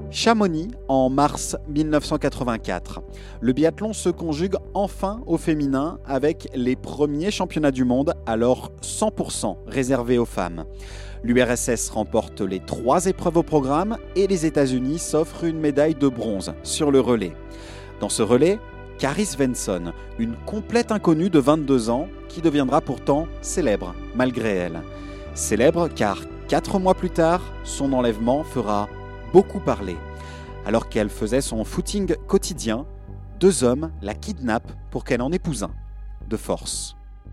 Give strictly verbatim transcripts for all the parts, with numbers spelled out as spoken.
Chamonix, en mars mille neuf cent quatre-vingt-quatre. Le biathlon se conjugue enfin au féminin avec les premiers championnats du monde, alors cent pour cent réservés aux femmes. L'U R S S remporte les trois épreuves au programme et les États-Unis s'offrent une médaille de bronze sur le relais. Dans ce relais, Karis Svensson, une complète inconnue de vingt-deux ans qui deviendra pourtant célèbre malgré elle. Célèbre car quatre mois plus tard, son enlèvement fera beaucoup parler. Alors qu'elle faisait son footing quotidien, deux hommes la kidnappent pour qu'elle en épouse un, de force.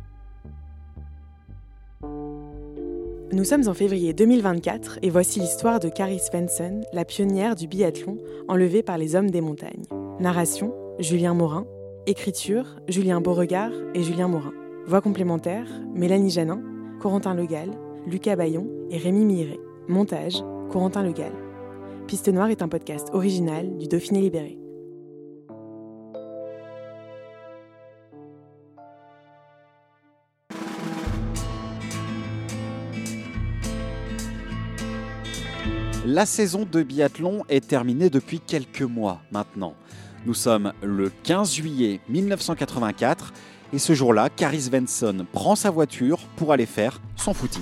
Nous sommes en février deux mille vingt-quatre et voici l'histoire de Karis Svensson, la pionnière du biathlon enlevée par les hommes des montagnes. Narration, Julien Morin. Écriture, Julien Beauregard et Julien Morin. Voix complémentaires, Mélanie Janin, Corentin Legal, Lucas Bayon et Rémi Miré. Montage, Corentin Legal. Piste Noire est un podcast original du Dauphiné Libéré. La saison de biathlon est terminée depuis quelques mois maintenant. Nous sommes le quinze juillet mille neuf cent quatre-vingt-quatre et ce jour-là, Karis Svensson prend sa voiture pour aller faire son footing.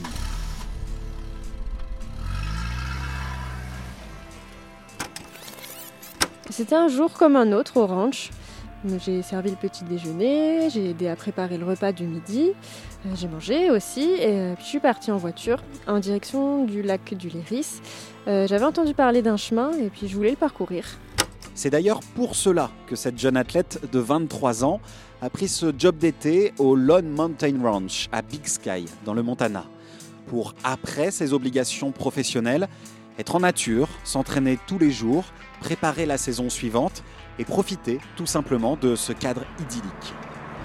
C'était un jour comme un autre au ranch. J'ai servi le petit déjeuner, j'ai aidé à préparer le repas du midi, j'ai mangé aussi et puis je suis partie en voiture en direction du lac du Léris. Euh, j'avais entendu parler d'un chemin et puis je voulais le parcourir. C'est d'ailleurs pour cela que cette jeune athlète de vingt-trois ans a pris ce job d'été au Lone Mountain Ranch à Big Sky, dans le Montana. Pour, après ses obligations professionnelles, être en nature, s'entraîner tous les jours, préparer la saison suivante et profiter tout simplement de ce cadre idyllique.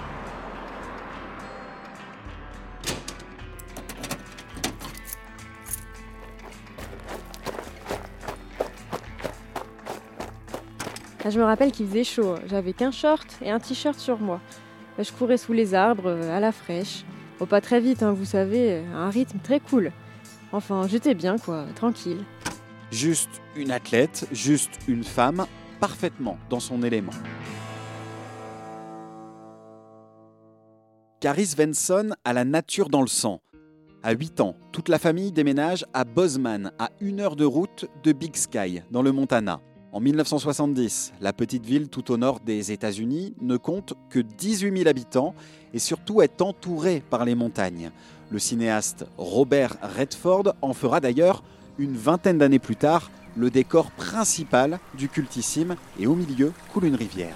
Je me rappelle qu'il faisait chaud, j'avais qu'un short et un t-shirt sur moi. Je courais sous les arbres, à la fraîche. Oh, pas très vite, hein, vous savez, un rythme très cool. Enfin, j'étais bien quoi, tranquille. Juste une athlète, juste une femme, parfaitement dans son élément. Karis Svensson a la nature dans le sang. À huit ans, toute la famille déménage à Bozeman, à une heure de route de Big Sky, dans le Montana. En mille neuf cent soixante-dix, la petite ville tout au nord des États-Unis ne compte que dix-huit mille habitants et surtout est entourée par les montagnes. Le cinéaste Robert Redford en fera d'ailleurs, une vingtaine d'années plus tard, le décor principal du cultissime et au milieu coule une rivière.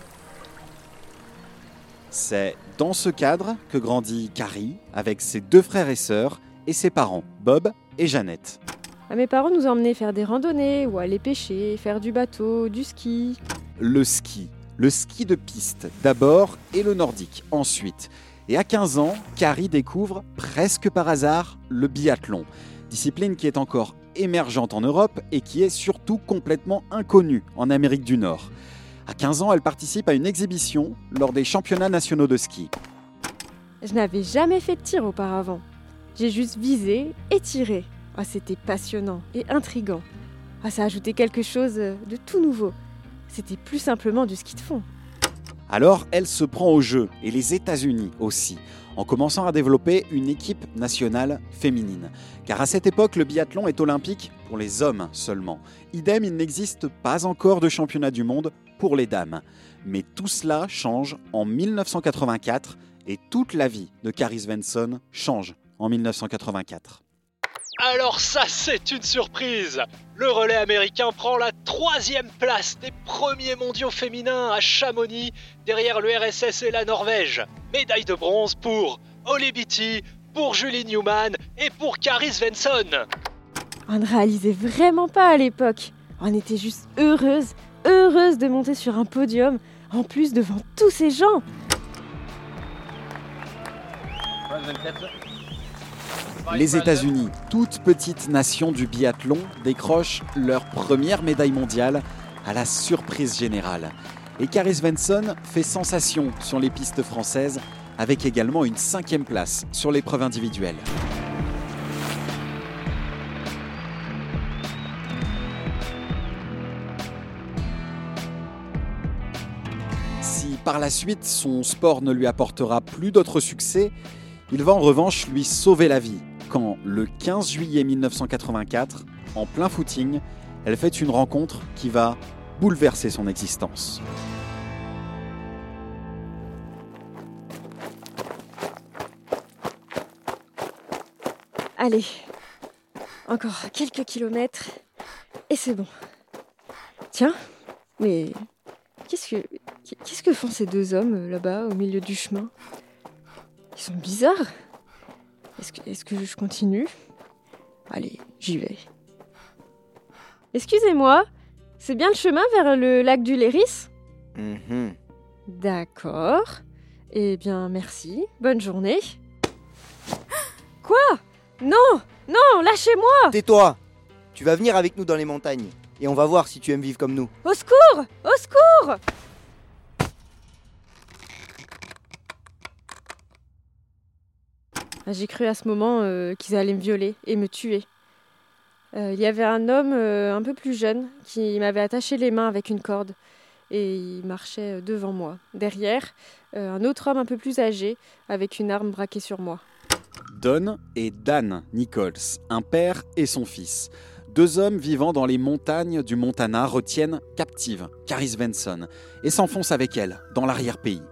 C'est dans ce cadre que grandit Karis avec ses deux frères et sœurs et ses parents, Bob et Jeannette. Mes parents nous emmenaient faire des randonnées ou aller pêcher, faire du bateau, du ski. Le ski, le ski de piste d'abord et le nordique ensuite. Et à quinze ans, Karis découvre presque par hasard le biathlon, discipline qui est encore émergente en Europe et qui est surtout complètement inconnue en Amérique du Nord. À quinze ans, elle participe à une exhibition lors des championnats nationaux de ski. Je n'avais jamais fait de tir auparavant. J'ai juste visé et tiré. Ah, c'était passionnant et intriguant. Ah, ça ajoutait quelque chose de tout nouveau. C'était plus simplement du ski de fond. Alors, elle se prend au jeu, et les États-Unis aussi, en commençant à développer une équipe nationale féminine. Car à cette époque, le biathlon est olympique pour les hommes seulement. Idem, il n'existe pas encore de championnat du monde pour les dames. Mais tout cela change en mille neuf cent quatre-vingt-quatre, et toute la vie de Karis Svensson change en mille neuf cent quatre-vingt-quatre. Alors ça, c'est une surprise! Le relais américain prend la troisième place des premiers mondiaux féminins à Chamonix, derrière le R S S et la Norvège. Médaille de bronze pour Holly Beatty, pour Julie Newman et pour Karis Svensson. On ne réalisait vraiment pas à l'époque. On était juste heureuses, heureuses de monter sur un podium, en plus devant tous ces gens. Les États-Unis, toute petite nation du biathlon, décrochent leur première médaille mondiale à la surprise générale. Et Karis Svensson fait sensation sur les pistes françaises avec également une cinquième place sur l'épreuve individuelle. par la suite son sport ne lui apportera plus d'autres succès, il va en revanche lui sauver la vie quand, le quinze juillet mille neuf cent quatre-vingt-quatre, en plein footing, elle fait une rencontre qui va bouleverser son existence. Allez, encore quelques kilomètres et c'est bon. Tiens, mais qu'est-ce que, qu'est-ce que font ces deux hommes là-bas au milieu du chemin ? Ils sont bizarres. Est-ce que, est-ce que je continue ? Allez, j'y vais. Excusez-moi, c'est bien le chemin vers le lac du Léris ? Mm-hmm. D'accord. Eh bien, merci. Bonne journée. Quoi ? Non, non, lâchez-moi! Tais-toi! Tu vas venir avec nous dans les montagnes et on va voir si tu aimes vivre comme nous. Au secours! Au secours! J'ai cru à ce moment euh, qu'ils allaient me violer et me tuer. Euh, il y avait un homme euh, un peu plus jeune qui m'avait attaché les mains avec une corde et il marchait devant moi. Derrière, euh, un autre homme un peu plus âgé avec une arme braquée sur moi. Don et Dan Nichols, un père et son fils. Deux hommes vivant dans les montagnes du Montana retiennent captive Caris Venson et s'enfoncent avec elle dans l'arrière-pays.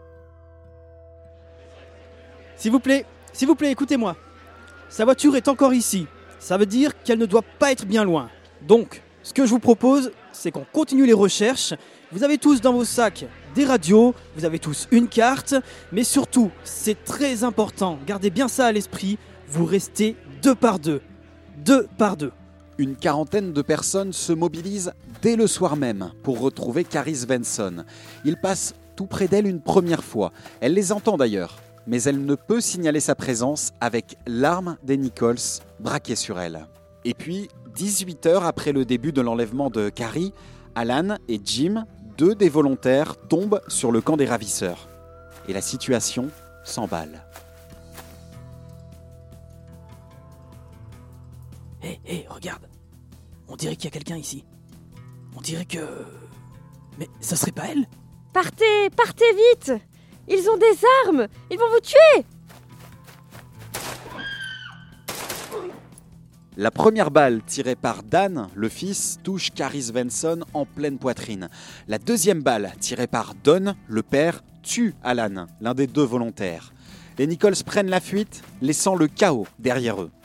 S'il vous plaît, s'il vous plaît, écoutez-moi. Sa voiture est encore ici. Ça veut dire qu'elle ne doit pas être bien loin. Donc, ce que je vous propose, c'est qu'on continue les recherches. Vous avez tous dans vos sacs des radios, vous avez tous une carte, mais surtout, c'est très important, gardez bien ça à l'esprit, vous restez deux par deux. Deux par deux. Une quarantaine de personnes se mobilisent dès le soir même pour retrouver Caris Venson. Ils passent tout près d'elle une première fois. Elle les entend d'ailleurs, mais elle ne peut signaler sa présence avec l'arme des Nichols braquée sur elle. Et puis, dix-huit heures après le début de l'enlèvement de Carrie, Alan et Jim, deux des volontaires, tombent sur le camp des ravisseurs. Et la situation s'emballe. Hé, hey, hé, hey, regarde. On dirait qu'il y a quelqu'un ici. On dirait que... Mais ça serait pas elle ? Partez, partez vite ! Ils ont des armes ! Ils vont vous tuer ! La première balle tirée par Dan, le fils, touche Caris Venson en pleine poitrine. La deuxième balle tirée par Don, le père, tue Alan, l'un des deux volontaires. Les Nichols prennent la fuite, laissant le chaos derrière eux.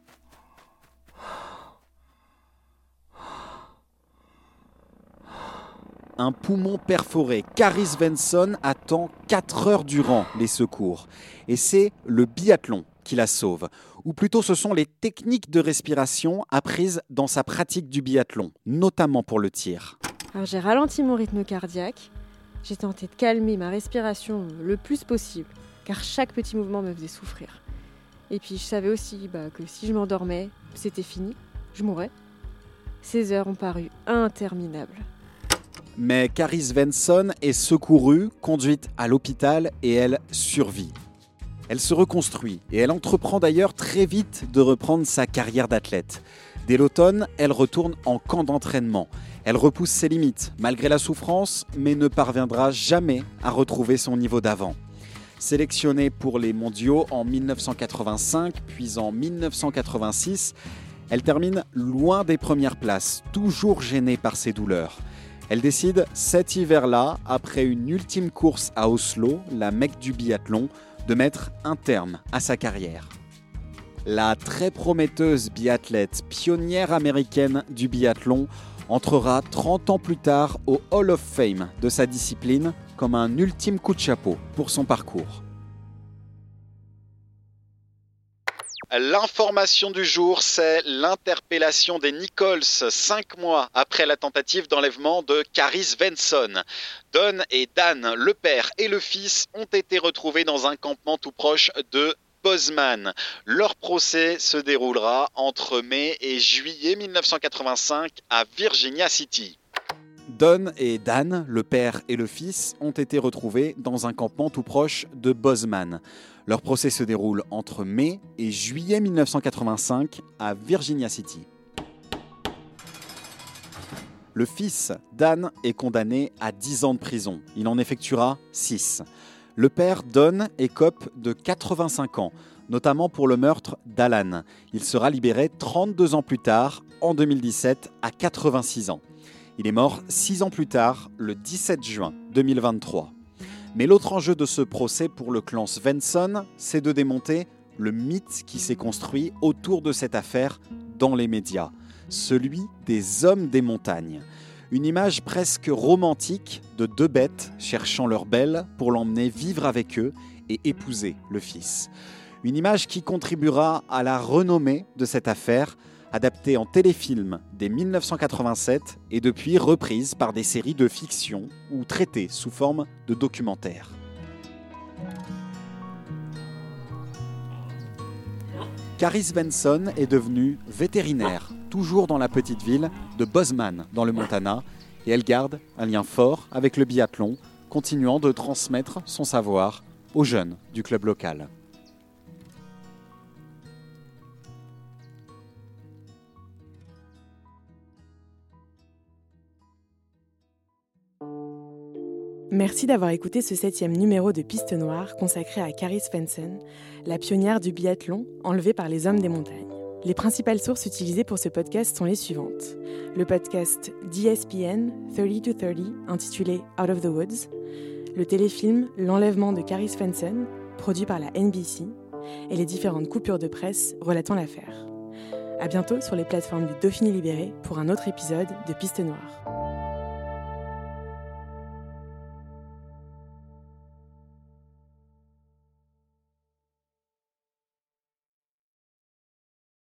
Un poumon perforé, Caris Venson attend quatre heures durant les secours. Et c'est le biathlon qui la sauve. Ou plutôt ce sont les techniques de respiration apprises dans sa pratique du biathlon, notamment pour le tir. Alors j'ai ralenti mon rythme cardiaque, j'ai tenté de calmer ma respiration le plus possible, car chaque petit mouvement me faisait souffrir. Et puis je savais aussi bah, que si je m'endormais, c'était fini, je mourrais. Ces heures ont paru interminables. Mais Caris Venson est secourue, conduite à l'hôpital et elle survit. Elle se reconstruit et elle entreprend d'ailleurs très vite de reprendre sa carrière d'athlète. Dès l'automne, elle retourne en camp d'entraînement. Elle repousse ses limites, malgré la souffrance, mais ne parviendra jamais à retrouver son niveau d'avant. Sélectionnée pour les mondiaux en mille neuf cent quatre-vingt-cinq, puis en mille neuf cent quatre-vingt-six, elle termine loin des premières places, toujours gênée par ses douleurs. Elle décide cet hiver-là, après une ultime course à Oslo, la Mecque du biathlon, de mettre un terme à sa carrière. La très prometteuse biathlète, pionnière américaine du biathlon, entrera trente ans plus tard au Hall of Fame de sa discipline comme un ultime coup de chapeau pour son parcours. L'information du jour, c'est l'interpellation des Nichols, cinq mois après la tentative d'enlèvement de Caris Venson. Don et Dan, le père et le fils, ont été retrouvés dans un campement tout proche de Bozeman. Leur procès se déroulera entre mai et juillet mille neuf cent quatre-vingt-cinq à Virginia City. Don et Dan, le père et le fils, ont été retrouvés dans un campement tout proche de Bozeman. Leur procès se déroule entre mai et juillet mille neuf cent quatre-vingt-cinq à Virginia City. Le fils, Dan, est condamné à dix ans de prison. Il en effectuera six. Le père, Don, écope de quatre-vingt-cinq ans, notamment pour le meurtre d'Alan. Il sera libéré trente-deux ans plus tard, en deux mille dix-sept, à quatre-vingt-six ans. Il est mort six ans plus tard, le dix-sept juin deux mille vingt-trois. Mais l'autre enjeu de ce procès pour le clan Svensson, c'est de démonter le mythe qui s'est construit autour de cette affaire dans les médias, celui des hommes des montagnes. Une image presque romantique de deux bêtes cherchant leur belle pour l'emmener vivre avec eux et épouser le fils. Une image qui contribuera à la renommée de cette affaire, adaptée en téléfilm dès mille neuf cent quatre-vingt-sept et depuis reprise par des séries de fiction ou traitée sous forme de documentaire. Carrie Svensson est devenue vétérinaire, toujours dans la petite ville de Bozeman, dans le Montana, et elle garde un lien fort avec le biathlon, continuant de transmettre son savoir aux jeunes du club local. Merci d'avoir écouté ce septième numéro de Piste Noire consacré à Carrie Svensson, la pionnière du biathlon enlevée par les hommes des montagnes. Les principales sources utilisées pour ce podcast sont les suivantes. Le podcast d'E S P N thirty to thirty intitulé Out of the Woods, le téléfilm L'enlèvement de Carrie Svensson, produit par la N B C, et les différentes coupures de presse relatant l'affaire. À bientôt sur les plateformes du Dauphiné Libéré pour un autre épisode de Piste Noire.